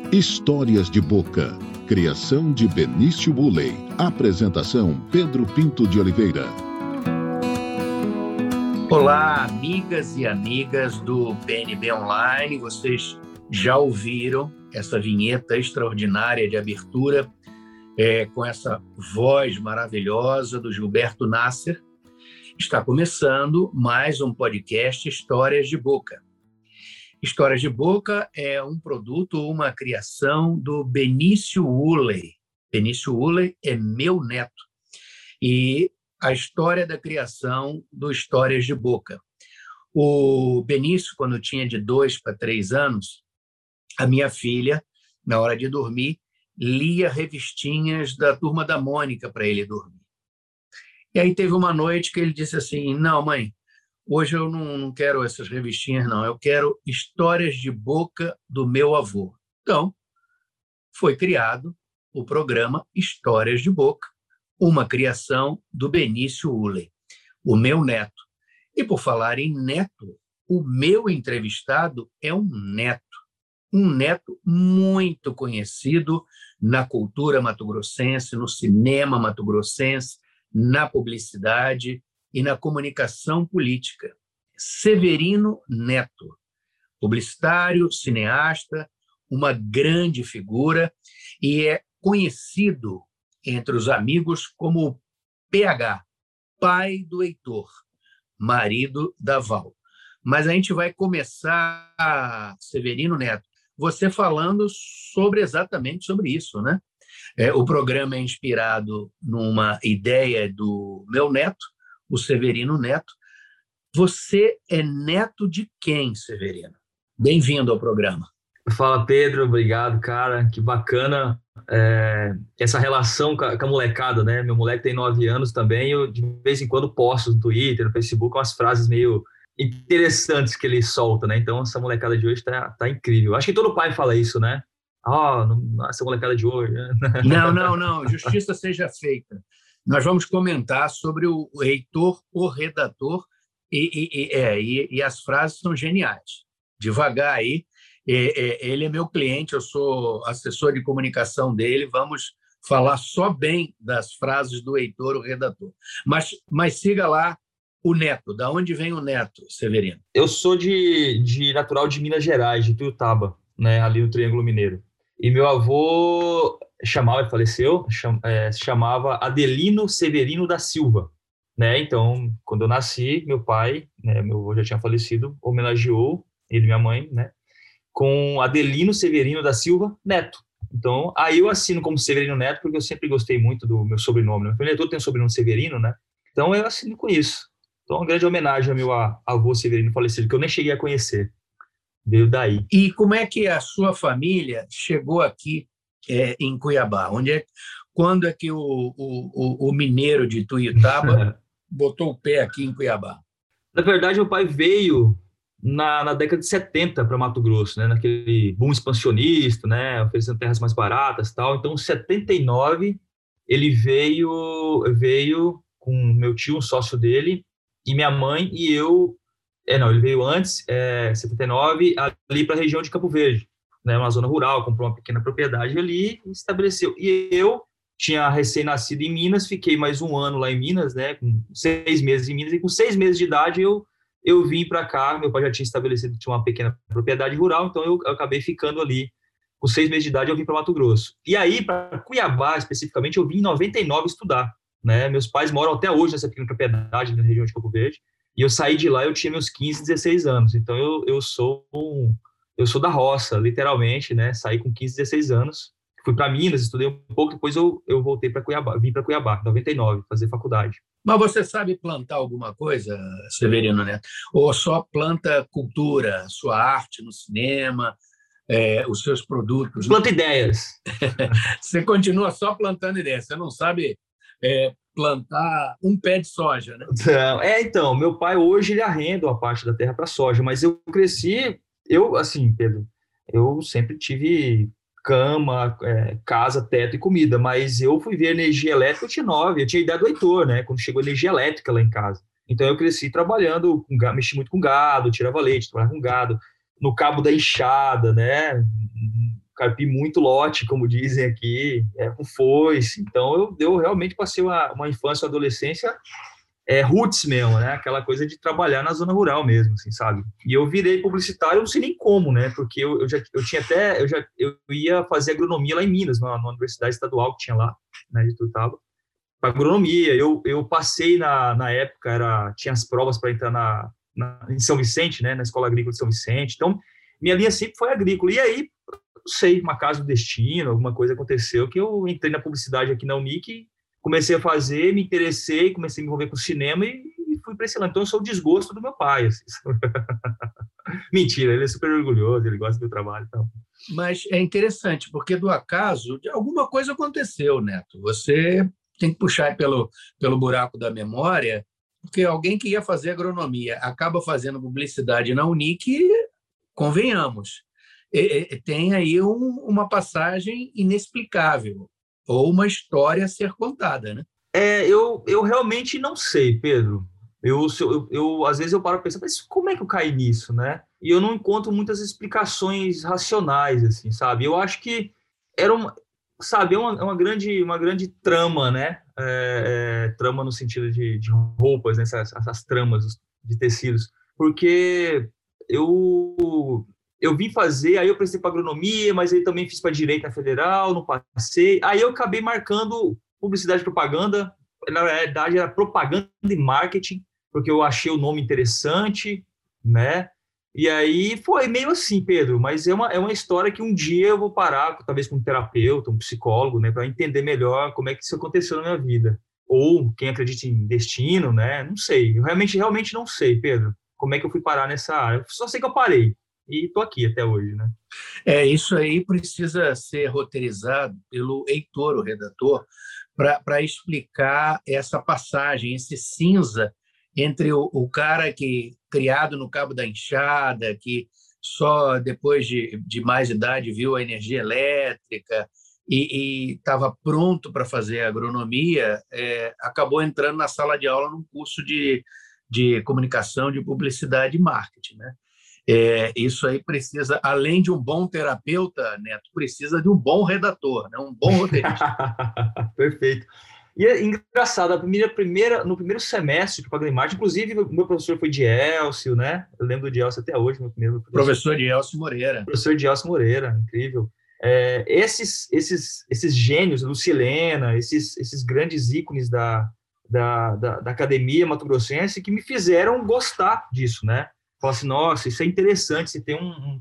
Histórias de Boca. Criação de Benício Woolley. Apresentação Pedro Pinto de Oliveira. Olá, amigas e amigas do PNB Online. Vocês já ouviram essa vinheta extraordinária de abertura com essa voz maravilhosa do Gilberto Nasser. Está começando mais um podcast Histórias de Boca. Histórias de Boca é um produto, uma criação do Benício Woolley. Benício Woolley é meu neto. E a história da criação do Histórias de Boca. O Benício, quando tinha de 2 para 3 anos, a minha filha, na hora de dormir, lia revistinhas da Turma da Mônica para ele dormir. E aí teve uma noite que ele disse assim, não, mãe, hoje eu não quero essas revistinhas, não. Eu quero Histórias de Boca do meu avô. Então, foi criado o programa Histórias de Boca, uma criação do Benício Woolley, o meu neto. E por falar em neto, o meu entrevistado é um neto muito conhecido na cultura mato-grossense, no cinema mato-grossense, na publicidade e na comunicação política. Severino Neto, publicitário, cineasta, uma grande figura e é conhecido entre os amigos como o PH, pai do Heitor, marido da Val. Mas a gente vai começar, Severino Neto, você falando exatamente sobre isso, né? O programa é inspirado numa ideia do meu neto, o Severino Neto. Você é neto de quem, Severino? Bem-vindo ao programa. Fala, Pedro. Obrigado, cara. Que bacana essa relação com a molecada, né? Meu moleque tem 9 anos também. Eu, de vez em quando, posto no Twitter, no Facebook, umas frases meio interessantes que ele solta, né? Então, essa molecada de hoje tá incrível. Acho que todo pai fala isso, né? Essa molecada de hoje. Não. Justiça seja feita. Nós vamos comentar sobre o Heitor, o redator, e as frases são geniais. Devagar aí, ele é meu cliente, eu sou assessor de comunicação dele, vamos falar só bem das frases do Heitor, o redator. Mas siga lá o neto. Da onde vem o neto, Severino? Eu sou de natural de Minas Gerais, de Tuiutaba, né, ali no Triângulo Mineiro. E meu avô faleceu, se chamava Adelino Severino da Silva, né? Então, quando eu nasci, meu pai, né, meu avô já tinha falecido, homenageou ele e minha mãe, né, com Adelino Severino da Silva Neto. Então, aí eu assino como Severino Neto porque eu sempre gostei muito do meu sobrenome. Meu filho tem o sobrenome Severino, né? Então, eu assino com isso. Então, uma grande homenagem ao meu avô Severino falecido, que eu nem cheguei a conhecer. Veio daí. E como é que a sua família chegou aqui em Cuiabá? Quando é que o mineiro de Tuiutaba botou o pé aqui em Cuiabá? Na verdade, meu pai veio na década de 70 para Mato Grosso, né? Naquele boom expansionista, né? Oferecendo terras mais baratas e tal. Então, em 79, ele veio com meu tio, um sócio dele, e minha mãe e eu. Ele veio antes, 79, ali para a região de Campo Verde, né, uma zona rural, comprou uma pequena propriedade ali e estabeleceu. E eu tinha recém-nascido em Minas, fiquei mais um ano lá em Minas, né, com 6 meses em Minas, e com 6 meses de idade eu vim para cá. Meu pai já tinha estabelecido, tinha uma pequena propriedade rural, então eu acabei ficando ali. Com 6 meses de idade eu vim para Mato Grosso. E aí, para Cuiabá, especificamente, eu vim em 99 estudar. Né? Meus pais moram até hoje nessa pequena propriedade na região de Campo Verde. E eu saí de lá, eu tinha meus 15, 16 anos. Então, eu sou da roça, literalmente, né? Saí com 15, 16 anos. Fui para Minas, estudei um pouco, depois eu voltei para Cuiabá, vim para Cuiabá, em 99, fazer faculdade. Mas você sabe plantar alguma coisa, Severino Neto? Ou só planta cultura, sua arte no cinema, os seus produtos? Planta ideias. Você continua só plantando ideias, você não sabe plantar um pé de soja, né? Então, meu pai hoje ele arrenda uma parte da terra para soja, mas eu cresci, assim, Pedro, eu sempre tive cama, casa, teto e comida, mas eu fui ver energia elétrica, eu tinha 9, eu tinha a idade do Heitor, né, quando chegou energia elétrica lá em casa. Então eu cresci trabalhando, mexi muito com gado, tirava leite, trabalhava com gado, no cabo da enxada, né, carpi muito lote, como dizem aqui, com foice. Então, eu realmente passei uma infância, uma adolescência roots mesmo, né? Aquela coisa de trabalhar na zona rural mesmo, assim, sabe? E eu virei publicitário, eu não sei nem como, né? Porque eu ia fazer agronomia lá em Minas, na universidade estadual que tinha lá, né, de Turtaba, para agronomia. Eu passei na época, tinha as provas para entrar em São Vicente, né? Na Escola Agrícola de São Vicente. Então, minha linha sempre foi agrícola. E aí, não sei, uma casa do destino, alguma coisa aconteceu que eu entrei na publicidade aqui na Unic, comecei a fazer, me interessei, comecei a me envolver com cinema e fui para esse lado. Então, eu sou o desgosto do meu pai. Assim. Mentira, ele é super orgulhoso, ele gosta do trabalho e tal. Mas é interessante, porque do acaso, alguma coisa aconteceu, Neto. Você tem que puxar pelo buraco da memória, porque alguém que ia fazer agronomia acaba fazendo publicidade na Unic, convenhamos. Tem aí uma passagem inexplicável, ou uma história a ser contada, né? Eu realmente não sei, Pedro. Às vezes eu paro para pensar, mas como é que eu caí nisso, né? E eu não encontro muitas explicações racionais, assim, sabe? Eu acho que era uma grande trama, né? Trama no sentido de roupas, né? Essas tramas de tecidos. Porque eu vim fazer, aí eu prestei para agronomia, mas aí também fiz para direito na federal, não passei. Aí eu acabei marcando publicidade e propaganda. Na verdade, era propaganda e marketing, porque eu achei o nome interessante, né? E aí foi meio assim, Pedro, mas é uma história que um dia eu vou parar, talvez com um terapeuta, um psicólogo, né, para entender melhor como é que isso aconteceu na minha vida. Ou quem acredita em destino, né? Não sei. Eu realmente não sei, Pedro, como é que eu fui parar nessa área. Eu só sei que eu parei e estou aqui até hoje, né? Isso aí precisa ser roteirizado pelo Heitor, o redator, para explicar essa passagem, esse cinza entre o cara que criado no Cabo da Enxada, que só depois de mais idade viu a energia elétrica e estava pronto para fazer agronomia, acabou entrando na sala de aula num curso de comunicação, de publicidade e marketing, né? Isso aí precisa, além de um bom terapeuta, Neto, precisa de um bom redator, né? Um bom roteirista. Perfeito. E é engraçado, no primeiro semestre de propaganda e marketing, inclusive, o meu professor foi de Elcio, né? Eu lembro de Elcio até hoje, meu primeiro professor de Elcio Moreira. Professor de Elcio Moreira, incrível. Esses gênios, Lucilena, esses grandes ícones da academia mato-grossense que me fizeram gostar disso, né? Falar assim, nossa, isso é interessante, você tem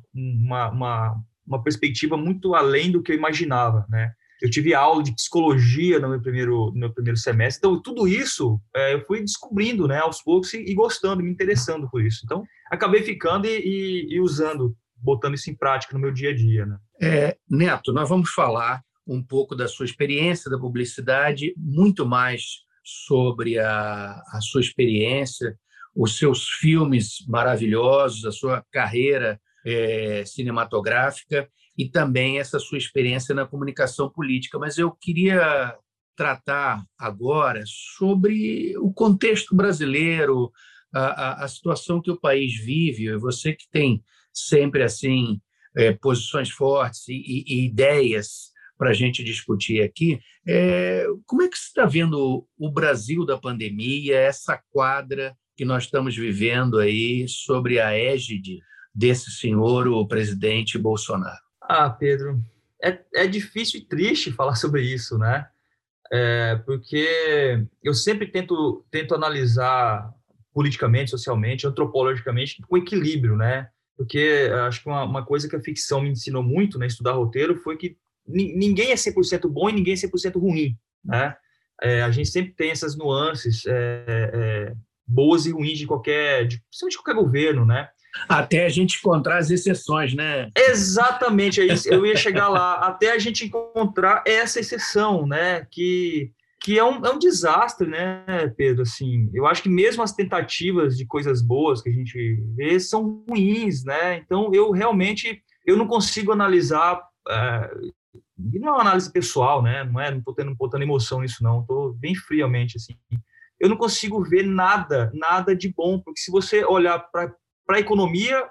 uma perspectiva muito além do que eu imaginava, né? Eu tive aula de psicologia no meu primeiro semestre, então tudo isso eu fui descobrindo, né, aos poucos e gostando, me interessando por isso. Então, acabei ficando e usando, botando isso em prática no meu dia a dia, né? Neto, nós vamos falar um pouco da sua experiência da publicidade, muito mais sobre a sua experiência, os seus filmes maravilhosos, a sua carreira cinematográfica e também essa sua experiência na comunicação política. Mas eu queria tratar agora sobre o contexto brasileiro, a situação que o país vive. Você que tem sempre assim posições fortes e ideias para a gente discutir aqui, como é que você está vendo o Brasil da pandemia, essa quadra que nós estamos vivendo aí sobre a égide desse senhor, o presidente Bolsonaro? Pedro, é difícil e triste falar sobre isso, né? Porque eu sempre tento analisar politicamente, socialmente, antropologicamente, com equilíbrio, né? Porque acho que uma coisa que a ficção me ensinou muito, né, estudar roteiro, foi que ninguém é 100% bom e ninguém é 100% ruim, né? A gente sempre tem essas nuances boas e ruins principalmente de qualquer governo, né? Até a gente encontrar as exceções, né? Exatamente, eu ia chegar lá, até a gente encontrar essa exceção, né? Que é um desastre, né, Pedro? Assim, eu acho que mesmo as tentativas de coisas boas que a gente vê são ruins, né? Então, eu não consigo analisar, e não é uma análise pessoal, né? Não estou botando emoção nisso, não. Estou bem friamente, assim. Eu não consigo ver nada de bom, porque se você olhar para a economia,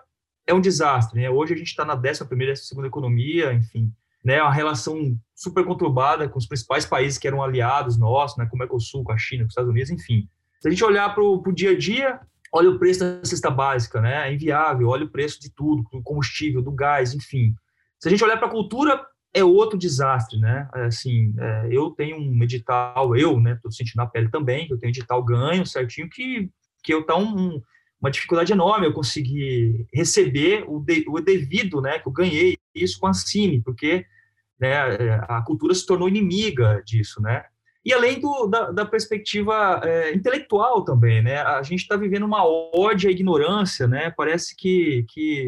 é um desastre, né? Hoje a gente está na 11ª, 12ª economia, enfim, né? Uma relação super conturbada com os principais países que eram aliados nossos, né? Com o Mercosul, com a China, com os Estados Unidos, enfim. Se a gente olhar para o dia a dia, olha o preço da cesta básica, né? É inviável, olha o preço de tudo, do combustível, do gás, enfim. Se a gente olhar para a cultura, é outro desastre, né? Assim, eu tenho um edital, né? Estou sentindo na pele também, que eu tenho um edital ganho certinho, que eu tá uma dificuldade enorme eu conseguir receber o devido, né? Que eu ganhei isso com a Ancine, porque, né, a cultura se tornou inimiga disso, né? E além da perspectiva intelectual também, né? A gente está vivendo uma ode à ignorância, né? Parece que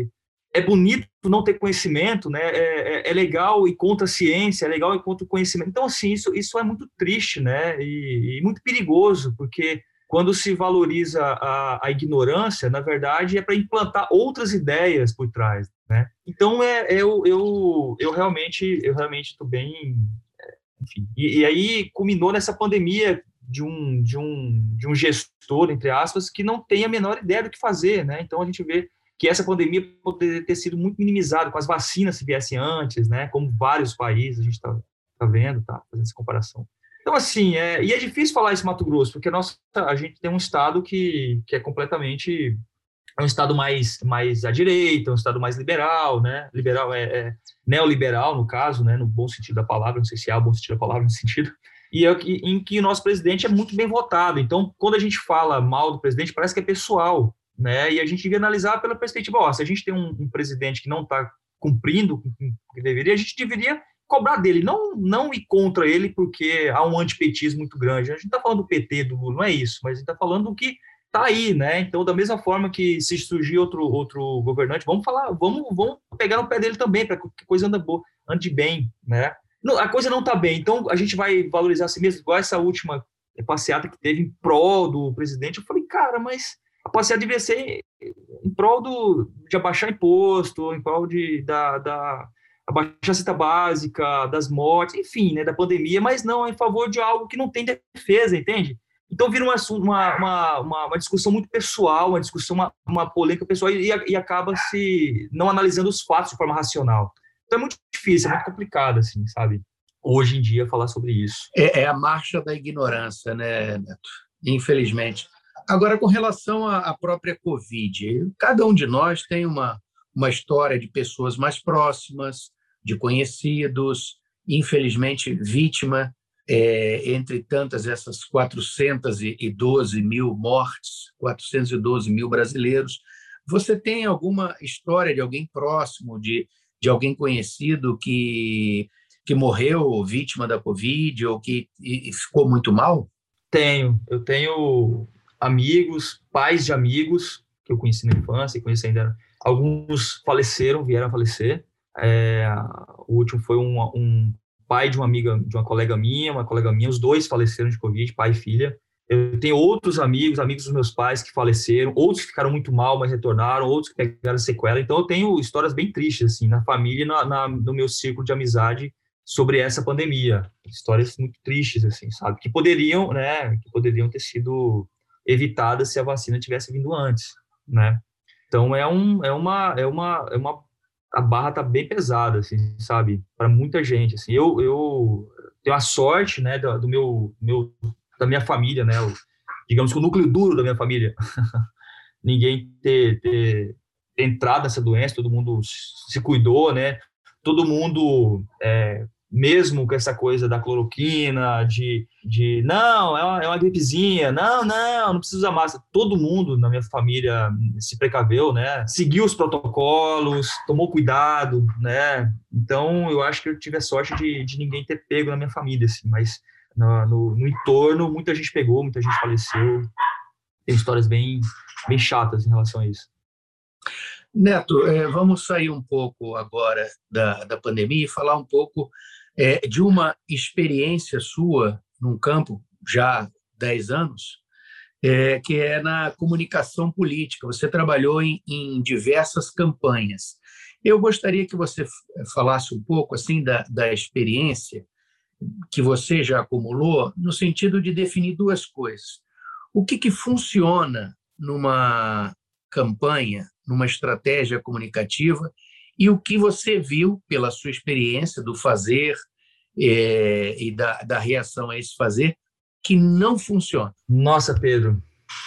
é bonito não ter conhecimento, né? É legal ir contra a ciência, é legal ir contra o conhecimento. Então, assim, isso é muito triste, né? E muito perigoso, porque quando se valoriza a ignorância, na verdade, é para implantar outras ideias por trás, né? Então, eu realmente estou bem... Enfim, e aí culminou nessa pandemia de um gestor, entre aspas, que não tem a menor ideia do que fazer, né? Então, a gente vê que essa pandemia poderia ter sido muito minimizada com as vacinas se viessem antes, né? Como vários países, a gente está vendo, tá fazendo essa comparação. Então, assim, e é difícil falar isso em Mato Grosso, porque a gente tem um estado que é completamente... É um estado mais à direita, um estado mais liberal, né? Liberal neoliberal, no caso, né? No bom sentido da palavra, não sei se há o bom sentido da palavra no sentido. E em que o nosso presidente é muito bem votado. Então, quando a gente fala mal do presidente, parece que é pessoal, né? E a gente devia analisar pela perspectiva, se a gente tem um presidente que não está cumprindo o que deveria, a gente deveria cobrar dele, não ir contra ele porque há um antipetismo muito grande. A gente está falando do PT, do Lula, não é isso, mas a gente está falando do que está aí, né? Então, da mesma forma que se surgir outro governante, vamos pegar no pé dele também, para que a coisa ande bem, né? Não, a coisa não está bem, então a gente vai valorizar a si mesmo, igual essa última passeata que teve em prol do presidente. Eu falei, cara, mas a passeata deveria ser em prol de abaixar imposto, em prol abaixar a cesta básica, das mortes, enfim, né, da pandemia, mas não em favor de algo que não tem defesa, entende? Então vira uma discussão muito pessoal, uma discussão, uma polêmica pessoal e acaba se não analisando os fatos de forma racional. Então é muito difícil, é muito complicado, assim, sabe? Hoje em dia falar sobre isso. É a marcha da ignorância, né, Neto? Infelizmente. Agora, com relação à própria Covid, cada um de nós tem uma história de pessoas mais próximas, de conhecidos, infelizmente vítima, entre tantas essas 412 mil mortes, 412 mil brasileiros. Você tem alguma história de alguém próximo, de alguém conhecido que morreu vítima da Covid ou que ficou muito mal? Eu tenho amigos, pais de amigos que eu conheci na infância e conheci ainda. Alguns vieram a falecer. O último foi um pai de uma amiga, de uma colega minha, os dois faleceram de Covid, pai e filha. Eu tenho outros amigos dos meus pais que faleceram, outros que ficaram muito mal, mas retornaram, outros que pegaram sequela. Então eu tenho histórias bem tristes, assim, na família e no meu círculo de amizade sobre essa pandemia. Histórias muito tristes, assim, sabe? Que poderiam ter sido evitadas se a vacina tivesse vindo antes, né? Então a barra tá bem pesada, assim, sabe? Para muita gente, assim. Eu tenho a sorte, né, da minha família, né? Digamos que o núcleo duro da minha família. Ninguém ter entrado nessa doença, todo mundo se cuidou, né? Todo mundo, mesmo com essa coisa da cloroquina, não, é uma gripezinha, não precisa usar máscara. Todo mundo na minha família se precaveu, né? Seguiu os protocolos, tomou cuidado, né? Então, eu acho que eu tive a sorte de ninguém ter pego na minha família, assim, mas no entorno, muita gente pegou, muita gente faleceu. Tem histórias bem, bem chatas em relação a isso. Neto, vamos sair um pouco agora da pandemia e falar um pouco de uma experiência sua num campo já há 10 anos, que é na comunicação política. Você trabalhou em diversas campanhas. Eu gostaria que você falasse um pouco assim da experiência que você já acumulou, no sentido de definir duas coisas. O que funciona numa campanha, numa estratégia comunicativa e o que você viu pela sua experiência do fazer e da reação a esse fazer que não funciona. Nossa, Pedro,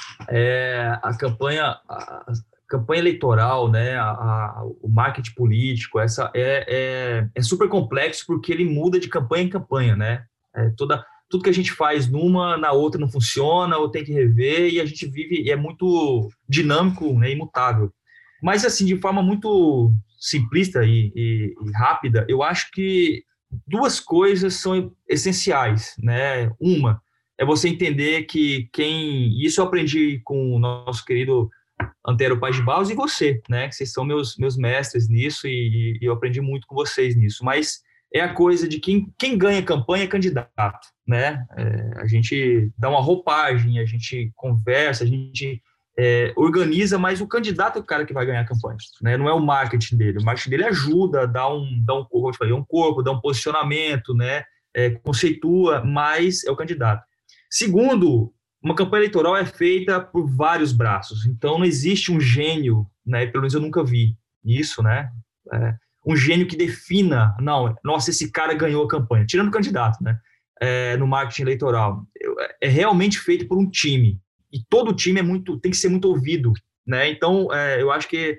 a campanha eleitoral, né, o marketing político, é super complexo porque ele muda de campanha em campanha, né? Tudo que a gente faz na outra não funciona, ou tem que rever, e a gente vive, e é muito dinâmico, né, imutável. Mas, assim, de forma muito simplista e rápida, eu acho que duas coisas são essenciais, né? Uma é você entender que isso eu aprendi com o nosso querido Antero Paz de Barros e você, né? Que vocês são meus mestres nisso e eu aprendi muito com vocês nisso. Mas é a coisa de quem ganha campanha é candidato, né? A gente dá uma roupagem, a gente conversa, a gente organiza, mas o candidato é o cara que vai ganhar a campanha, né? Não é o marketing dele. O marketing dele ajuda, como eu falei, um corpo, dá um posicionamento, né? Conceitua, mas é o candidato. Segundo, uma campanha eleitoral é feita por vários braços, então não existe um gênio, né? Pelo menos eu nunca vi isso, né? Um gênio que defina, não, nossa, esse cara ganhou a campanha, tirando o candidato, né? No marketing eleitoral. É realmente feito por um time, e todo time tem que ser muito ouvido, né? Então, eu acho que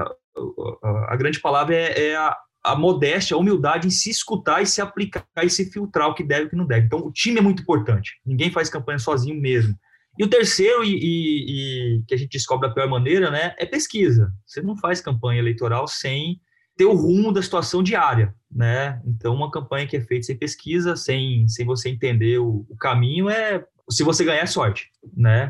a grande palavra é a modéstia, a humildade em se escutar e se aplicar e se filtrar o que deve e o que não deve. Então, o time é muito importante. Ninguém faz campanha sozinho mesmo. E o terceiro, e que a gente descobre da pior maneira, né, é pesquisa. Você não faz campanha eleitoral sem ter o rumo da situação diária, né? Então, uma campanha que é feita sem pesquisa, sem você entender o caminho, se você ganhar, é sorte, né?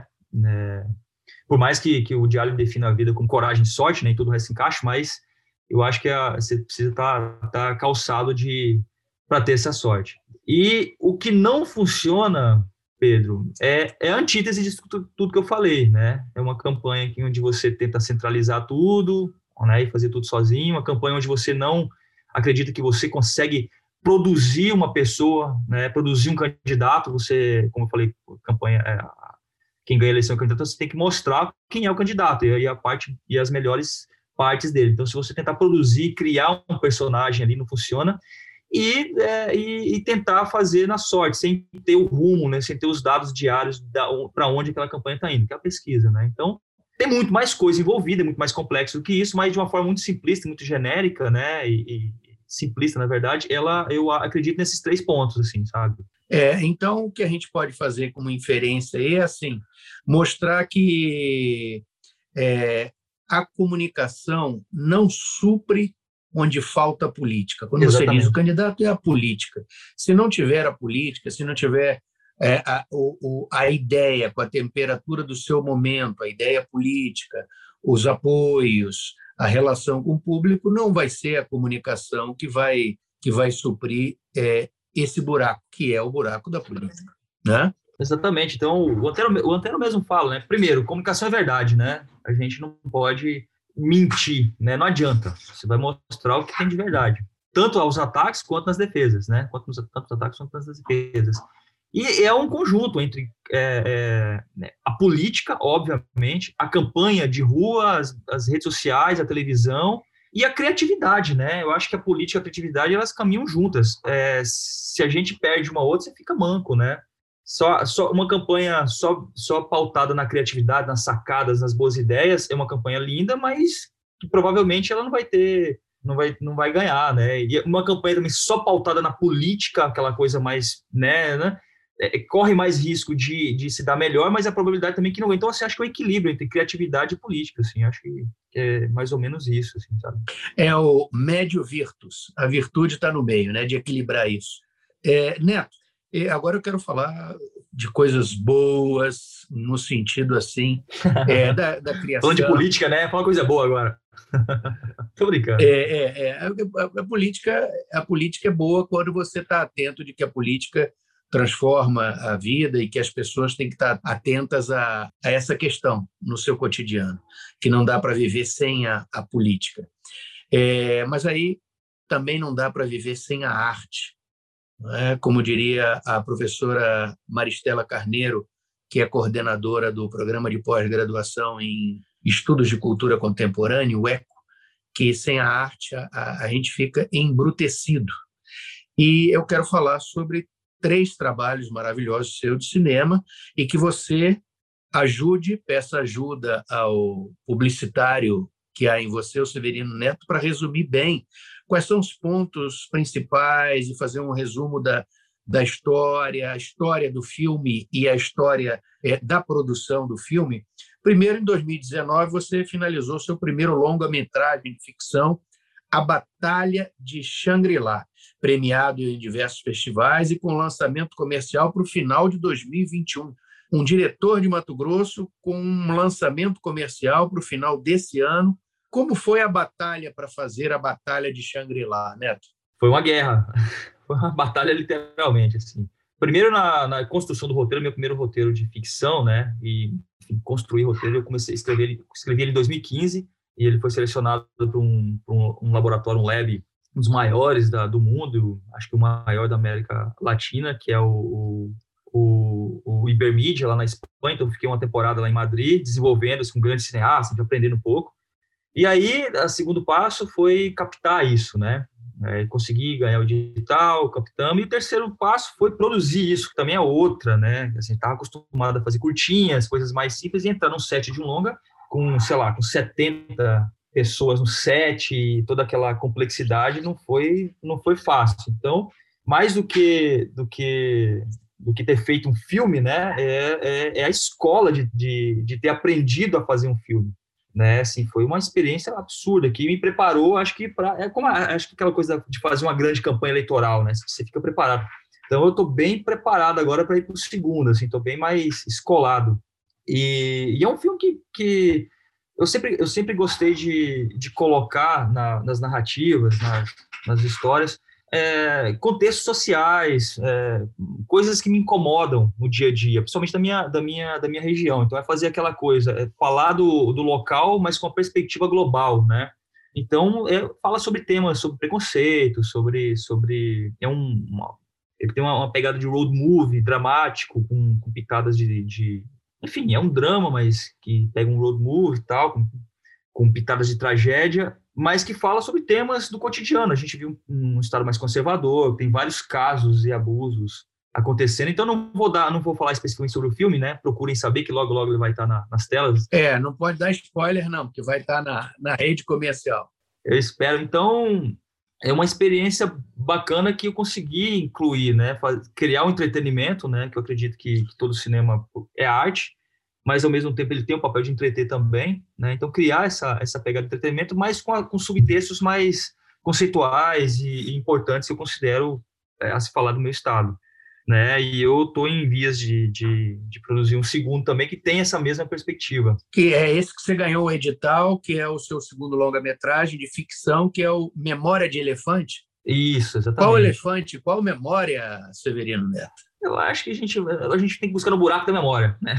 Por mais que o diário defina a vida com coragem e sorte, nem tudo se encaixa, mas eu acho que você precisa estar calçado para ter essa sorte. E o que não funciona, Pedro, é a antítese disso tudo que eu falei, né? É uma campanha onde você tenta centralizar tudo, né, e fazer tudo sozinho, uma campanha onde você não acredita que você consegue produzir uma pessoa, né, produzir um candidato. Você, como eu falei, campanha, quem ganha a eleição é o candidato, você tem que mostrar quem é o candidato e as melhores partes dele. Então, se você tentar produzir, criar um personagem ali, não funciona, e tentar fazer na sorte, sem ter o rumo, né, sem ter os dados diários para onde aquela campanha está indo, que é a pesquisa, né? Então, tem muito mais coisa envolvida, é muito mais complexo do que isso, mas de uma forma muito simplista, muito genérica, né, e simplista, na verdade, eu acredito nesses 3 pontos, assim, sabe? Então, o que a gente pode fazer como inferência é, assim, mostrar que a comunicação não supre onde falta a política. Quando Exatamente. Você diz o candidato é a política. Se não tiver a política, se não tiver a ideia com a temperatura do seu momento, a ideia política, os apoios, a relação com o público, não vai ser a comunicação que vai suprir esse buraco, que é o buraco da política, né? Exatamente. Então, o Antero mesmo fala, né? Primeiro, comunicação é verdade, né? A gente não pode mentir, né? Não adianta. Você vai mostrar o que tem de verdade, tanto aos ataques quanto nas defesas, né? Tanto nos ataques quanto nas defesas. E é um conjunto entre a política, obviamente, a campanha de rua, as redes sociais, a televisão e a criatividade, né? Eu acho que a política e a criatividade, elas caminham juntas. Se a gente perde uma outra, você fica manco, né? Só uma campanha só pautada na criatividade, nas sacadas, nas boas ideias, é uma campanha linda, mas que provavelmente ela não vai ganhar, né? E uma campanha também só pautada na política, aquela coisa mais, né? Corre mais risco de se dar melhor, mas a probabilidade também que não ganha. Então, assim, acho que é um equilíbrio entre criatividade e política, assim, acho que é mais ou menos isso, assim, sabe? É o médio virtus, a virtude está no meio, né, de equilibrar isso. Neto, agora eu quero falar de coisas boas, no sentido, assim, da criação... Falando de política, né? Fala uma coisa boa agora. Tô brincando. A política é boa quando você está atento de que a política transforma a vida e que as pessoas têm que estar atentas a essa questão no seu cotidiano, que não dá para viver sem a política. Mas aí também não dá para viver sem a arte. Como diria a professora Maristela Carneiro, que é coordenadora do programa de pós-graduação em Estudos de Cultura Contemporânea, o ECO, que sem a arte a gente fica embrutecido. E eu quero falar sobre 3 trabalhos maravilhosos seus de cinema e que você peça ajuda ao publicitário que há em você, o Severino Neto, para resumir bem quais são os pontos principais e fazer um resumo da história, a história do filme e a história da produção do filme. Primeiro, em 2019, você finalizou seu primeiro longa-metragem de ficção, A Batalha de Shangri-La, premiado em diversos festivais e com lançamento comercial para o final de 2021. Um diretor de Mato Grosso com um lançamento comercial para o final desse ano. Como foi a batalha para fazer A Batalha de Shangri-La, Neto? Foi uma guerra, foi uma batalha literalmente, assim. Primeiro, na construção do roteiro, meu primeiro roteiro de ficção, né, e enfim, construir roteiro, eu comecei a escrevi ele em 2015, e ele foi selecionado para um laboratório, um lab, um dos maiores do mundo, acho que o maior da América Latina, que é o Ibermedia, lá na Espanha. Então, eu fiquei uma temporada lá em Madrid, desenvolvendo-se com grandes cineastas, aprendendo um pouco. E aí, o segundo passo foi captar isso, né? Conseguir ganhar o digital, captamos. E o terceiro passo foi produzir isso, que também é outra, né? Assim, estava acostumado a fazer curtinhas, coisas mais simples, e entrar num set de um longa com, sei lá, com 70 pessoas no set, e toda aquela complexidade não foi fácil. Então, mais do que ter feito um filme, né? É a escola de ter aprendido a fazer um filme. Né, assim, foi uma experiência absurda que me preparou, acho que acho que aquela coisa de fazer uma grande campanha eleitoral, né, você fica preparado. Então eu estou bem preparado agora para ir para o segundo, assim, estou bem mais escolado. E é um filme que eu sempre gostei de colocar nas narrativas, nas histórias, contextos sociais, coisas que me incomodam no dia a dia, principalmente da minha região. Então, fazer aquela coisa, falar do local, mas com a perspectiva global, né? Então, fala sobre temas, sobre preconceito, ele tem uma pegada de road movie dramático, com pitadas enfim, é um drama, mas que pega um road movie e tal, com pitadas de tragédia, mas que fala sobre temas do cotidiano. A gente viu um estado mais conservador, tem vários casos e abusos acontecendo. Então, não vou falar especificamente sobre o filme, né? Procurem saber que logo ele vai estar nas telas. Não pode dar spoiler, não, porque vai estar na rede comercial. Eu espero. Então, é uma experiência bacana que eu consegui incluir, né? Criar um entretenimento, né? Que eu acredito que todo cinema é arte, mas ao mesmo tempo ele tem o papel de entreter também, né? Então, criar essa pegada de entretenimento, mas com subtextos mais conceituais e importantes que eu considero a se falar do meu estado, né? E eu estou em vias de produzir um segundo também que tem essa mesma perspectiva. Que é esse que você ganhou o edital, que é o seu segundo longa-metragem de ficção, que é o Memória de Elefante? Isso, exatamente. Qual elefante, qual memória, Severino Neto? Eu acho que a gente tem que buscar no buraco da memória, né?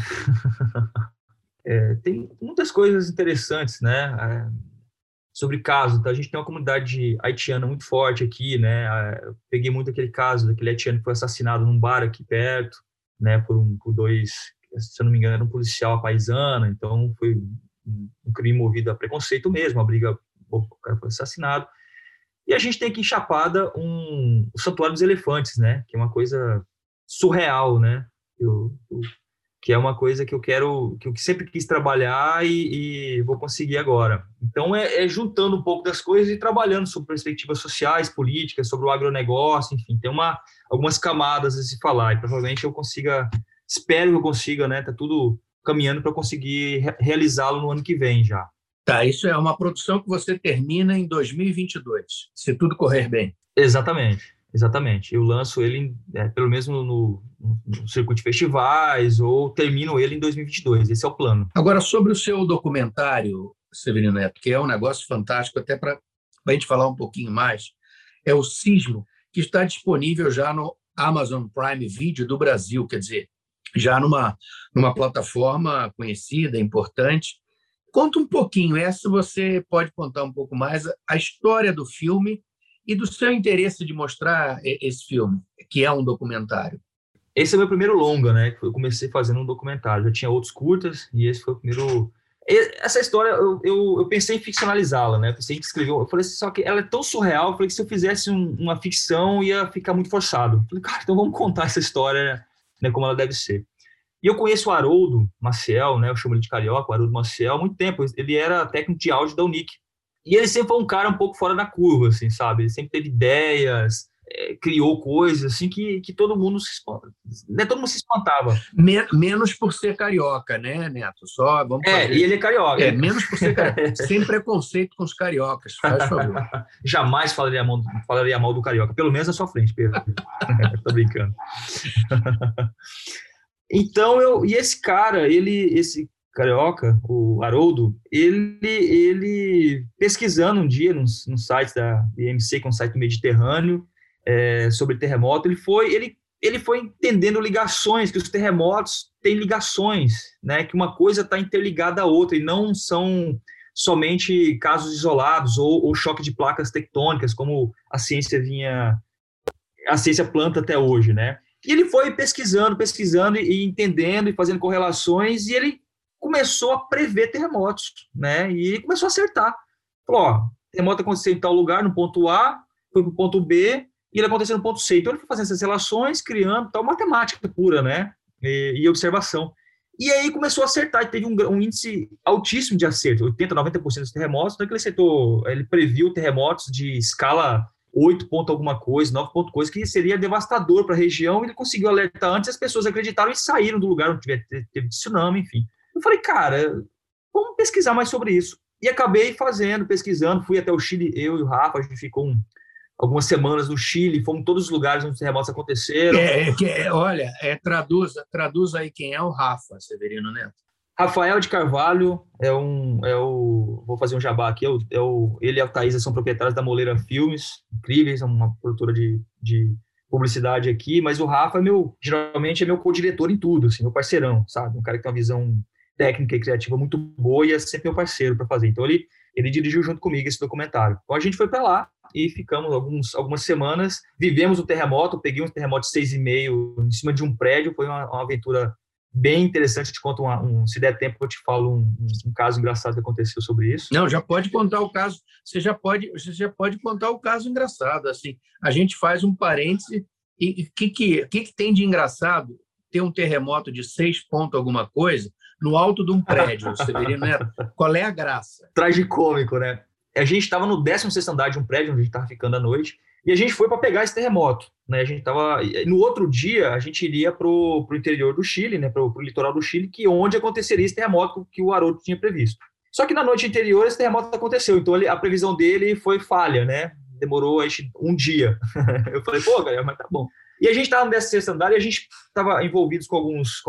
Tem muitas coisas interessantes, né? Sobre caso, tá? A gente tem uma comunidade haitiana muito forte aqui, né? Eu peguei muito aquele caso daquele haitiano que foi assassinado num bar aqui perto, né? Por dois, se eu não me engano, era um policial paisano. Então foi um crime movido a preconceito mesmo, a briga, o cara foi assassinado. E a gente tem aqui em Chapada o Santuário dos Elefantes, né? Que é uma coisa surreal, né? Que é uma coisa que eu sempre quis trabalhar e vou conseguir agora. Então, juntando um pouco das coisas e trabalhando sobre perspectivas sociais, políticas, sobre o agronegócio, enfim, tem algumas camadas a se falar, e provavelmente espero que eu consiga, né? Tá tudo caminhando para conseguir realizá-lo no ano que vem já. Tá, isso é uma produção que você termina em 2022, se tudo correr bem. Exatamente. Eu lanço ele, pelo menos no circuito de festivais, ou termino ele em 2022. Esse é o plano. Agora, sobre o seu documentário, Severino Neto, que é um negócio fantástico, até para a gente falar um pouquinho mais, é o Sismo, que está disponível já no Amazon Prime Video do Brasil, quer dizer, já numa plataforma conhecida, importante. Conta um pouquinho, você pode contar um pouco mais a história do filme e do seu interesse de mostrar esse filme, que é um documentário. Esse é o meu primeiro longa, né? Eu comecei fazendo um documentário. Já tinha outros curtas e esse foi o primeiro. Essa história, eu pensei em ficcionalizá-la, né? Eu pensei em escrever. Eu falei assim, só que ela é tão surreal, eu falei que se eu fizesse uma ficção ia ficar muito forçado. Eu falei, cara, então vamos contar essa história, né, como ela deve ser. E eu conheço o Haroldo Maciel, né? Eu chamo ele de Carioca, o Haroldo Maciel, há muito tempo. Ele era técnico de áudio da Unic. E ele sempre foi um cara um pouco fora da curva, assim, sabe? Ele sempre teve ideias, criou coisas, assim, que todo mundo se espantava. Né? Todo mundo se espantava. Menos por ser carioca, né, Neto? Só vamos fazer... E ele é carioca. Menos por ser carioca. Sem preconceito com os cariocas, faz favor. Jamais falaria mal do carioca, pelo menos na sua frente, Pedro. Tô brincando. Então, e esse cara, esse carioca, o Haroldo, ele pesquisando um dia num site da IMC, que é um site do Mediterrâneo, sobre terremoto, ele foi entendendo ligações, que os terremotos têm ligações, né, que uma coisa está interligada à outra, e não são somente casos isolados ou choque de placas tectônicas, como a ciência planta até hoje, né? E ele foi pesquisando e entendendo e fazendo correlações, e ele começou a prever terremotos, né? E ele começou a acertar. Falou, ó, terremoto aconteceu em tal lugar, no ponto A, foi para o ponto B, e ele aconteceu no ponto C. Então ele foi fazendo essas relações, criando tal matemática pura, né? E observação. E aí começou a acertar, e teve um índice altíssimo de acerto, 80%, 90% dos terremotos. Então ele previu terremotos de escala 8 ponto alguma coisa, 9 ponto coisa, que seria devastador para a região. Ele conseguiu alertar antes, as pessoas acreditaram e saíram do lugar onde teve tsunami, enfim. Eu falei, cara, vamos pesquisar mais sobre isso. E acabei pesquisando, fui até o Chile, eu e o Rafa, a gente ficou algumas semanas no Chile, fomos em todos os lugares onde os terremotos aconteceram. Olha, traduz aí quem é o Rafa, Severino Neto. Rafael de Carvalho vou fazer um jabá aqui, ele e a Thaisa são proprietários da Moleira Filmes, incríveis, uma produtora de publicidade aqui, mas o Rafa geralmente é meu co-diretor em tudo, assim, meu parceirão, sabe? Um cara que tem uma visão técnica e criativa muito boa e é sempre meu parceiro para fazer. Então ele dirigiu junto comigo esse documentário. Então a gente foi para lá e ficamos algumas semanas, vivemos o terremoto, peguei um terremoto de 6,5 em cima de um prédio, foi uma aventura bem interessante. Eu te conto se der tempo, eu te falo um caso engraçado que aconteceu sobre isso. Não, já pode contar o caso. Você já pode contar o caso engraçado. Assim, a gente faz um parêntese. E o que tem de engraçado ter um terremoto de 6 ponto alguma coisa no alto de um prédio, Severino Neto? Qual é a graça? Tragicômico, né? A gente estava no 16º andar de um prédio onde a gente estava ficando à noite. E a gente foi para pegar esse terremoto, né? No outro dia, a gente iria para o interior do Chile, né? Para o litoral do Chile, onde aconteceria esse terremoto que o Haroldo tinha previsto. Só que na noite anterior, esse terremoto aconteceu. Então, a previsão dele foi falha, né? Demorou um dia. Eu falei, pô, galera, mas tá bom. E a gente estava no 16º andar e a gente estava envolvidos com alguns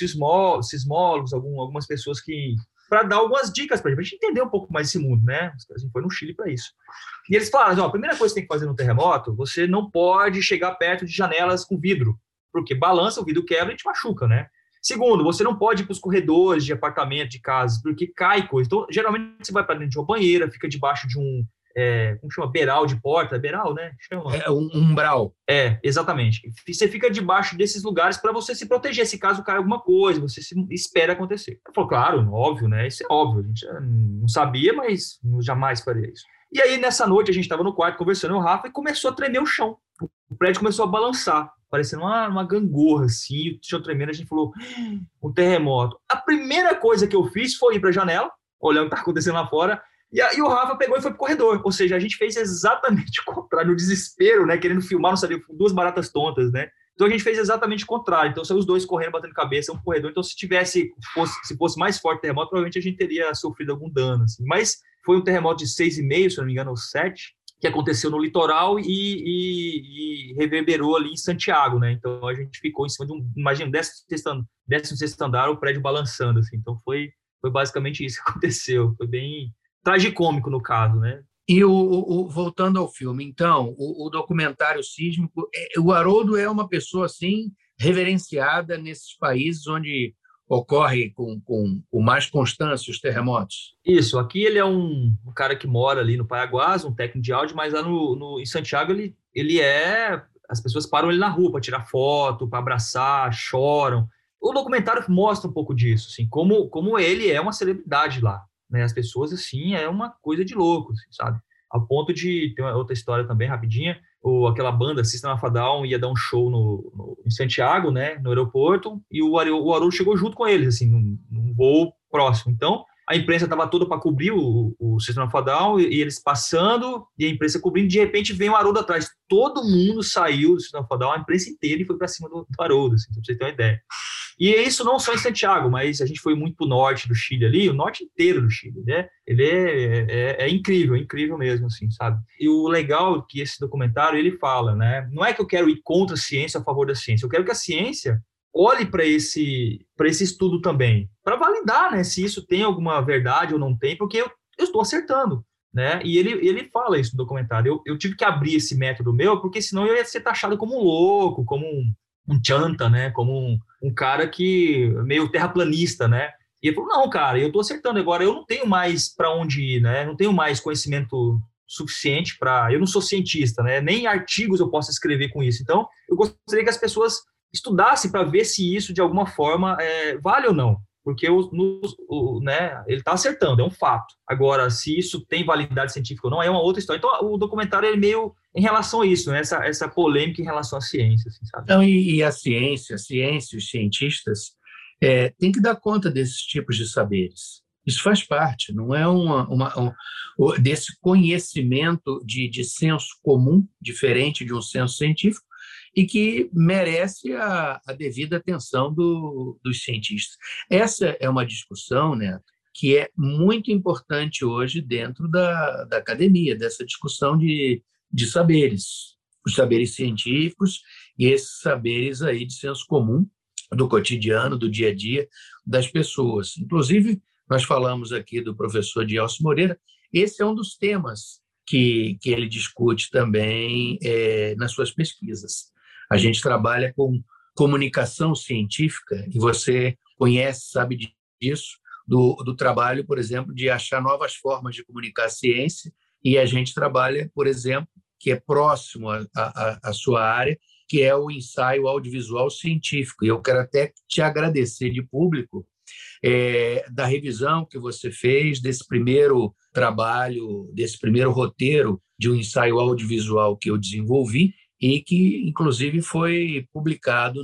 sismólogos, algumas pessoas para dar algumas dicas para a gente entender um pouco mais esse mundo, né? A gente foi no Chile para isso. E eles falaram, a primeira coisa que você tem que fazer no terremoto, você não pode chegar perto de janelas com vidro, porque balança, o vidro quebra e te machuca, né? Segundo, você não pode ir para os corredores de apartamento, de casas, porque cai coisa. Então, geralmente, você vai para dentro de uma banheira, fica debaixo de como chama? Beiral de porta. É beiral, né? Chama. Um umbral. Exatamente. Você fica debaixo desses lugares para você se proteger. Se caso caia alguma coisa, você espera acontecer. Eu falo, claro, óbvio, né? Isso é óbvio. A gente não sabia, mas jamais faria isso. E aí, nessa noite, a gente estava no quarto conversando com o Rafa e começou a tremer o chão. O prédio começou a balançar, parecendo uma gangorra, assim, o chão tremendo. A gente falou, um terremoto. A primeira coisa que eu fiz foi ir para a janela, olhar o que está acontecendo lá fora, e o Rafa pegou e foi pro corredor. Ou seja, a gente fez exatamente o contrário, no desespero, né? Querendo filmar, não sabia, duas baratas tontas, né? Então a gente fez exatamente o contrário. Então são os dois correndo, batendo cabeça, um corredor. Então se fosse mais forte o terremoto, provavelmente a gente teria sofrido algum dano, assim. Mas foi um terremoto de 6,5, se não me engano, ou 7, que aconteceu no litoral e reverberou ali em Santiago, né? Então a gente ficou em cima de imagina, 16º andar, o prédio balançando, assim. Então foi basicamente isso que aconteceu. Foi bem tragicômico no caso, né? E voltando ao filme, então, o documentário sísmico, o Haroldo é uma pessoa assim reverenciada nesses países onde ocorre com mais constância os terremotos. Isso, aqui ele é um cara que mora ali no Paraguás, um técnico de áudio, mas lá em Santiago as pessoas param ele na rua para tirar foto, para abraçar, choram. o documentário mostra um pouco disso, assim, como ele é uma celebridade lá, né? As pessoas, assim, é uma coisa de louco, assim, sabe? Ao ponto de... Tem uma outra história também, rapidinha, aquela banda System of a Down ia dar um show em Santiago, né, no aeroporto, e o Haroldo chegou junto com eles, assim, num voo próximo. Então, a imprensa estava toda para cobrir o System of a Down, e eles passando, e a imprensa cobrindo, de repente vem o Haroldo atrás. Todo mundo saiu do System of a Down, a imprensa inteira, e foi para cima do Haroldo, assim, pra você ter uma ideia. E é isso não só em Santiago, mas a gente foi muito para o norte do Chile ali, o norte inteiro do Chile, né? Ele é incrível mesmo, assim, sabe? E o legal é que esse documentário, ele fala, né? Não é que eu quero ir contra a ciência, a favor da ciência, eu quero que a ciência olhe para esse estudo também, para validar, né, se isso tem alguma verdade ou não tem, porque eu estou acertando, né? E ele fala isso no documentário. Eu tive que abrir esse método meu, porque senão eu ia ser taxado como um louco, como um chanta, né? Como um cara que meio terraplanista, né? E ele falou, não, cara, eu estou acertando agora, eu não tenho mais para onde ir, né? Não tenho mais conhecimento suficiente para... Eu não sou cientista, né? Nem artigos eu posso escrever com isso. Então, eu gostaria que as pessoas estudassem para ver se isso, de alguma forma, vale ou não. Porque né, ele está acertando, é um fato. Agora, se isso tem validade científica ou não, é uma outra história. Então, o documentário é meio em relação a isso, né? essa polêmica em relação à ciência, assim, sabe? Então, e a ciência, os cientistas, têm que dar conta desses tipos de saberes. Isso faz parte, não é desse conhecimento de senso comum, diferente de um senso científico, e que merece a devida atenção dos cientistas. Essa é uma discussão, né, que é muito importante hoje dentro da academia, dessa discussão de saberes, os saberes científicos e esses saberes aí de senso comum do cotidiano, do dia a dia das pessoas. Inclusive, nós falamos aqui do professor Dielcio Moreira, esse é um dos temas que ele discute também nas suas pesquisas. A gente trabalha com comunicação científica, e você conhece, sabe disso, do trabalho, por exemplo, de achar novas formas de comunicar a ciência, e a gente trabalha, por exemplo, que é próximo à sua área, que é o ensaio audiovisual científico. E eu quero até te agradecer de público da revisão que você fez desse primeiro trabalho, desse primeiro roteiro de um ensaio audiovisual que eu desenvolvi, e que, inclusive, foi publicado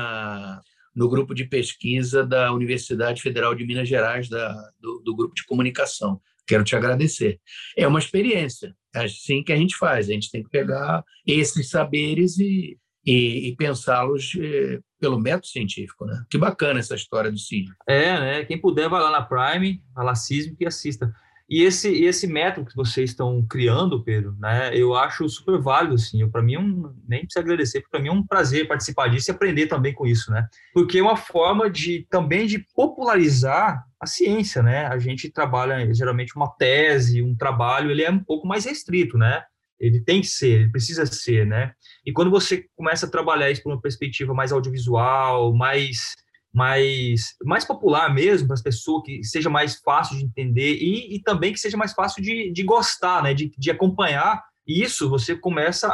no grupo de pesquisa da Universidade Federal de Minas Gerais, do grupo de comunicação. Quero te agradecer. É uma experiência, é assim que a gente faz. A gente tem que pegar esses saberes e pensá-los pelo método científico, né? Que bacana essa história do CID. Né? Quem puder, vai lá na Prime, a Lacismo, e assista. E esse método que vocês estão criando, Pedro, né, eu acho super válido, assim. Para mim, nem precisa agradecer, porque para mim é um prazer participar disso e aprender também com isso, né? Porque é uma forma também de popularizar a ciência, né? A gente trabalha, geralmente, uma tese, um trabalho, ele é um pouco mais restrito, né? Ele tem que ser, ele precisa ser, né? E quando você começa a trabalhar isso por uma perspectiva mais audiovisual, mais popular mesmo, para as pessoas, que seja mais fácil de entender e também que seja mais fácil de gostar, né? De acompanhar. E isso você começa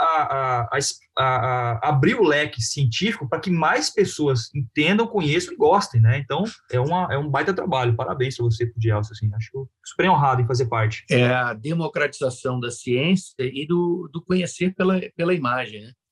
a abrir o leque científico para que mais pessoas entendam, conheçam e gostem, né? Então, é um baita trabalho. Parabéns para você, Dielcio, assim. Acho super honrado em fazer parte. É a democratização da ciência e do conhecer pela imagem, né?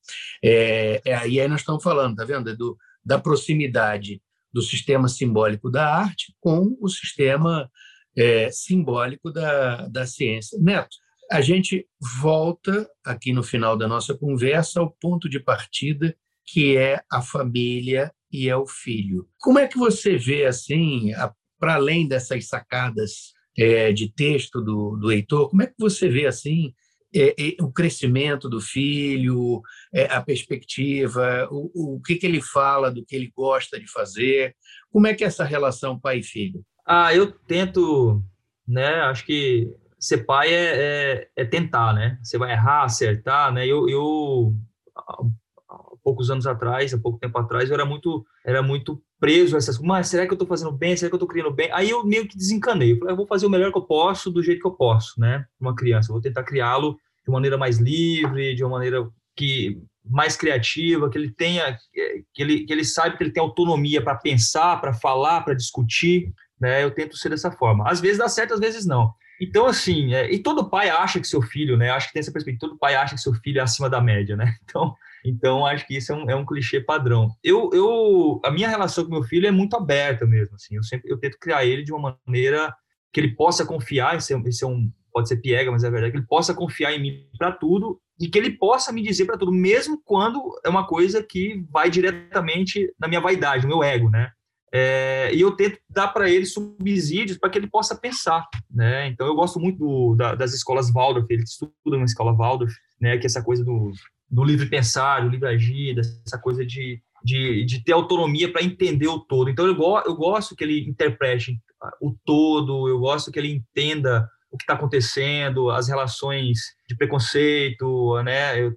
E aí nós estamos falando, tá vendo? Da proximidade do sistema simbólico da arte com o sistema simbólico da ciência. Neto, a gente volta aqui no final da nossa conversa ao ponto de partida, que é a família e é o filho. Como é que você vê, assim, para além dessas sacadas de texto do Heitor, como é que você vê, assim, o crescimento do filho, a perspectiva, o que ele fala, do que ele gosta de fazer? Como é que é essa relação pai e filho? Eu tento, né? Acho que ser pai é tentar, né? Você vai errar, acertar, né? Eu há poucos anos atrás, há pouco tempo atrás, eu era muito preso a essas coisas. Mas será que eu estou fazendo bem? Será que eu estou criando bem? Aí eu meio que desencanei. Eu falei, eu vou fazer o melhor que eu posso, do jeito que eu posso, né? Uma criança. Eu vou tentar criá-lo de uma maneira mais livre, de uma maneira que mais criativa, que ele tenha, que ele saiba que ele tem autonomia para pensar, para falar, para discutir, né? Eu tento ser dessa forma. Às vezes dá certo, às vezes não. Então, assim, e todo pai acha que seu filho, né? Acho que tem essa perspectiva, todo pai acha que seu filho é acima da média, né? Então acho que isso é um clichê padrão. A minha relação com meu filho é muito aberta mesmo, assim. Eu tento criar ele de uma maneira que ele possa confiar, pode ser piega, mas é verdade, que ele possa confiar em mim para tudo e que ele possa me dizer para tudo, mesmo quando é uma coisa que vai diretamente na minha vaidade, no meu ego, né? E eu tento dar para ele subsídios para que ele possa pensar, né? Então eu gosto muito das escolas Waldorf, ele estuda na escola Waldorf, né? Que é essa coisa do livre pensar, do livre agir, dessa coisa de ter autonomia para entender o todo. Então eu gosto que ele interprete o todo, eu gosto que ele entenda o que está acontecendo, as relações de preconceito, né? Eu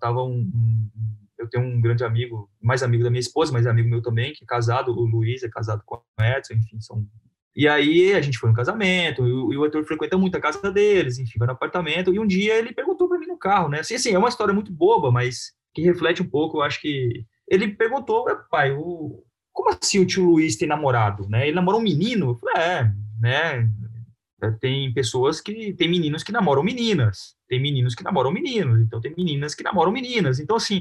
tenho um grande amigo, mais amigo da minha esposa, mas é amigo meu também, que é casado, o Luiz é casado com a Edson, enfim, E aí a gente foi no casamento, e o Arthur frequenta muito a casa deles, enfim, vai no apartamento, e um dia ele perguntou para mim no carro, né? Assim, é uma história muito boba, mas que reflete um pouco, eu acho que... Ele perguntou, pai, como assim o tio Luiz tem namorado, né? Ele namora um menino? Eu falei, né? Tem meninos que namoram meninas, tem meninos que namoram meninos, então tem meninas que namoram meninas. Então, assim,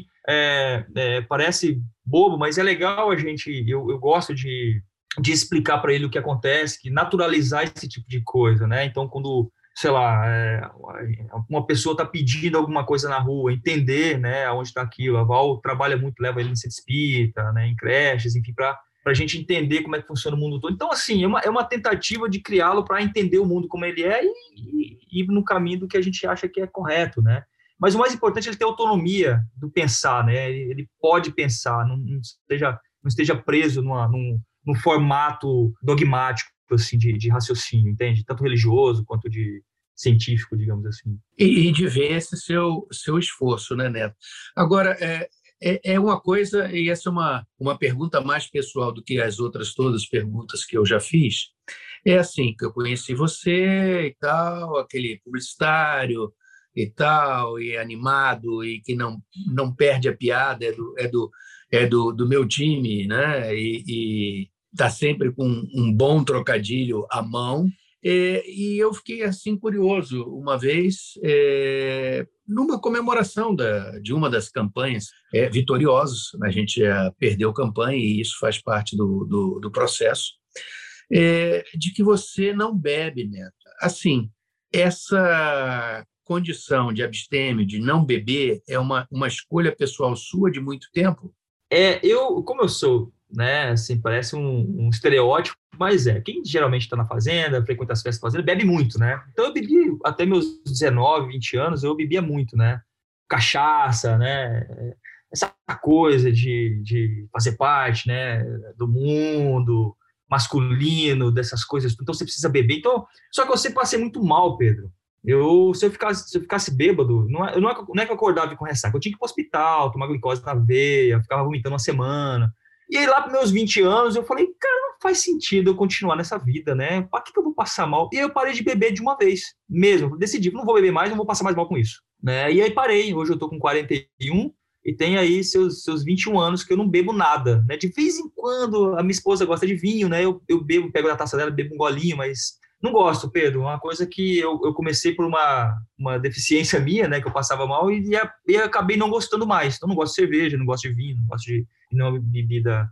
parece bobo, mas é legal eu gosto de explicar para ele o que acontece, que naturalizar esse tipo de coisa, né? Então, quando, sei lá, uma pessoa está pedindo alguma coisa na rua, entender, né, onde está aquilo. A Val trabalha muito, leva ele em centro espírita, né, em creches, enfim, para a gente entender como é que funciona o mundo todo. Então, assim, é uma tentativa de criá-lo para entender o mundo como ele é e ir no caminho do que a gente acha que é correto, né? Mas o mais importante é ele ter autonomia do pensar, né? Ele pode pensar, não esteja preso num formato dogmático, assim, de raciocínio, entende? Tanto religioso quanto de científico, digamos assim. E de ver esse seu esforço, né, Neto? Agora, é uma coisa, e essa é uma pergunta mais pessoal do que as outras todas as perguntas que eu já fiz. É assim, que eu conheci você e tal, aquele publicitário e tal, e animado, e que não perde a piada, do meu time, né? E está sempre com um bom trocadilho à mão. E eu fiquei assim curioso uma vez, numa comemoração de uma das campanhas vitoriosas, a gente perdeu campanha e isso faz parte do processo, de que você não bebe, Neto. Assim, essa condição de abstêmio, de não beber, é uma escolha pessoal sua de muito tempo? Como eu sou, né, assim, parece um estereótipo, mas quem geralmente está na fazenda, frequenta as festas da fazenda, bebe muito, né? Então eu bebi até meus 19, 20 anos, eu bebia muito, né? Cachaça, né? Essa coisa de fazer parte, né, do mundo masculino, dessas coisas, então você precisa beber. Então, só que eu sempre passei muito mal, Pedro. Se eu ficasse bêbado, não é que eu acordava com ressaca, eu tinha que ir para o hospital, tomar glicose na veia, ficava vomitando uma semana. E aí, lá para meus 20 anos, eu falei, cara, não faz sentido eu continuar nessa vida, né? Para que eu vou passar mal? E aí eu parei de beber de uma vez, mesmo. Decidi, não vou beber mais, não vou passar mais mal com isso, né? E aí parei. Hoje eu tô com 41 e tem aí seus 21 anos que eu não bebo nada, né? De vez em quando, a minha esposa gosta de vinho, né? Eu bebo, pego da taça dela, bebo um golinho, mas... Não gosto, Pedro. Uma coisa que eu comecei por uma deficiência minha, né? Que eu passava mal e acabei não gostando mais. Então, não gosto de cerveja, não gosto de vinho, não gosto de nenhuma bebida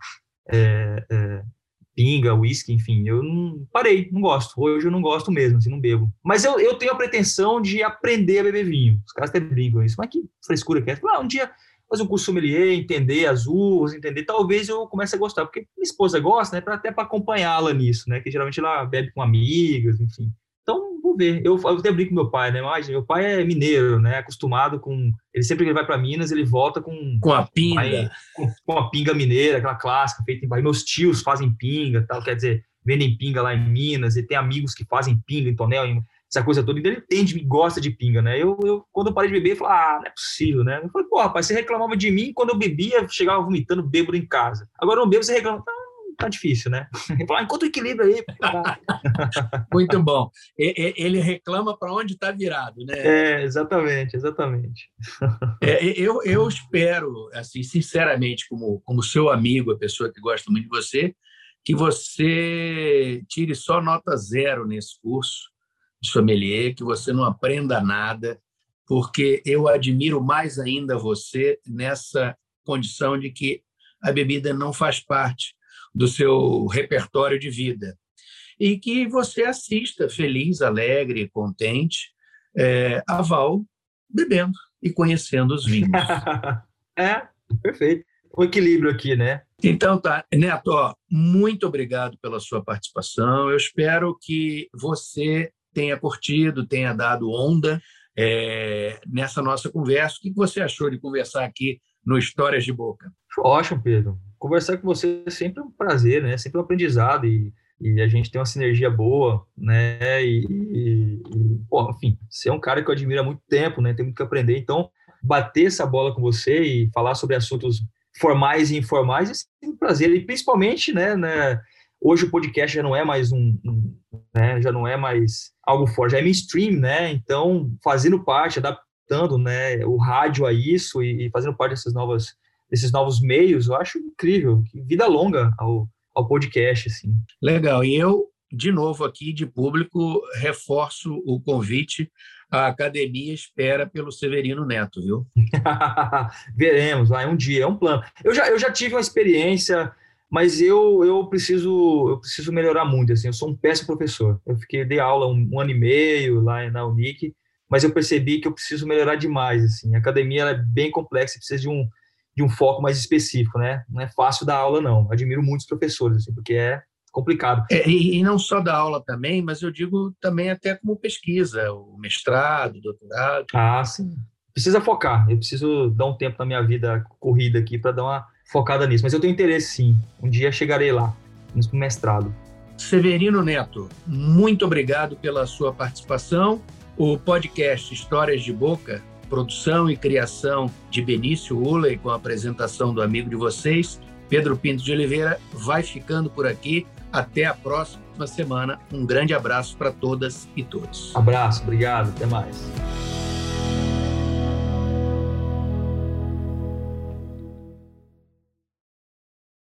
pinga, uísque, enfim. Eu parei, não gosto. Hoje eu não gosto mesmo, assim, não bebo. Mas eu tenho a pretensão de aprender a beber vinho. Os caras até brincam isso. Mas que frescura que é? Um dia fazer um curso sommelier, entender as uvas, talvez eu comece a gostar, porque minha esposa gosta, né, até para acompanhá-la nisso, né, que geralmente ela bebe com amigas, enfim. Então, vou ver. Eu até brinco com meu pai, né, mas meu pai é mineiro, né, acostumado com... Ele sempre que ele vai para Minas, ele volta com a pinga. Com a pinga mineira, aquela clássica, feita em Bahia. Meus tios fazem pinga, tal, quer dizer, vendem pinga lá em Minas, e tem amigos que fazem pinga em Tonel, essa coisa toda, ele entende e gosta de pinga, né? Quando eu parei de beber, eu falei, não é possível, né? Eu falei, rapaz, você reclamava de mim quando eu bebia, chegava vomitando bêbado em casa. Agora eu não bebo, você reclama. tá difícil, né? Encontra o equilíbrio aí. Muito bom. Ele reclama para onde está virado, né? Exatamente. Eu espero, assim, sinceramente, como seu amigo, a pessoa que gosta muito de você, que você tire só nota 0 nesse curso de sommelier, que você não aprenda nada, porque eu admiro mais ainda você nessa condição de que a bebida não faz parte do seu repertório de vida. E que você assista feliz, alegre, contente, a Val bebendo e conhecendo os vinhos. Perfeito. O equilíbrio aqui, né? Então tá, Neto, muito obrigado pela sua participação. Eu espero que você tenha curtido, tenha dado onda nessa nossa conversa. O que você achou de conversar aqui no Histórias de Boca? Ótimo, Pedro. Conversar com você é sempre um prazer, né? Sempre um aprendizado e a gente tem uma sinergia boa, né? Enfim, você é um cara que eu admiro há muito tempo, né? Tem muito que aprender. Então, bater essa bola com você e falar sobre assuntos formais e informais é sempre um prazer. E principalmente, né? Hoje o podcast já não é mais né? Já não é mais algo forte, já é mainstream, né? Então, fazendo parte, adaptando, né? O rádio a isso e fazendo parte desses novos meios, eu acho incrível. Vida longa ao podcast, assim. Legal. E eu, de novo aqui, de público, reforço o convite. A academia espera pelo Severino Neto, viu? Veremos lá, um dia, é um plano. Eu já tive uma experiência, mas eu preciso melhorar muito, assim. Eu sou um péssimo professor. Dei aula um ano e meio lá na Unic, mas eu percebi que eu preciso melhorar demais, assim. A academia ela é bem complexa, precisa de um foco mais específico, né? Não é fácil dar aula, não. Admiro muitos professores, assim, porque é complicado. E não só dar aula também, mas eu digo também até como pesquisa, o mestrado, o doutorado. Sim. Precisa focar. Eu preciso dar um tempo na minha vida corrida aqui para dar uma focada nisso. Mas eu tenho interesse, sim. Um dia chegarei lá, no mestrado. Severino Neto, muito obrigado pela sua participação. O podcast Histórias de Boca, produção e criação de Benício Ulley, com a apresentação do amigo de vocês, Pedro Pinto de Oliveira, vai ficando por aqui. Até a próxima semana. Um grande abraço para todas e todos. Abraço, obrigado, até mais.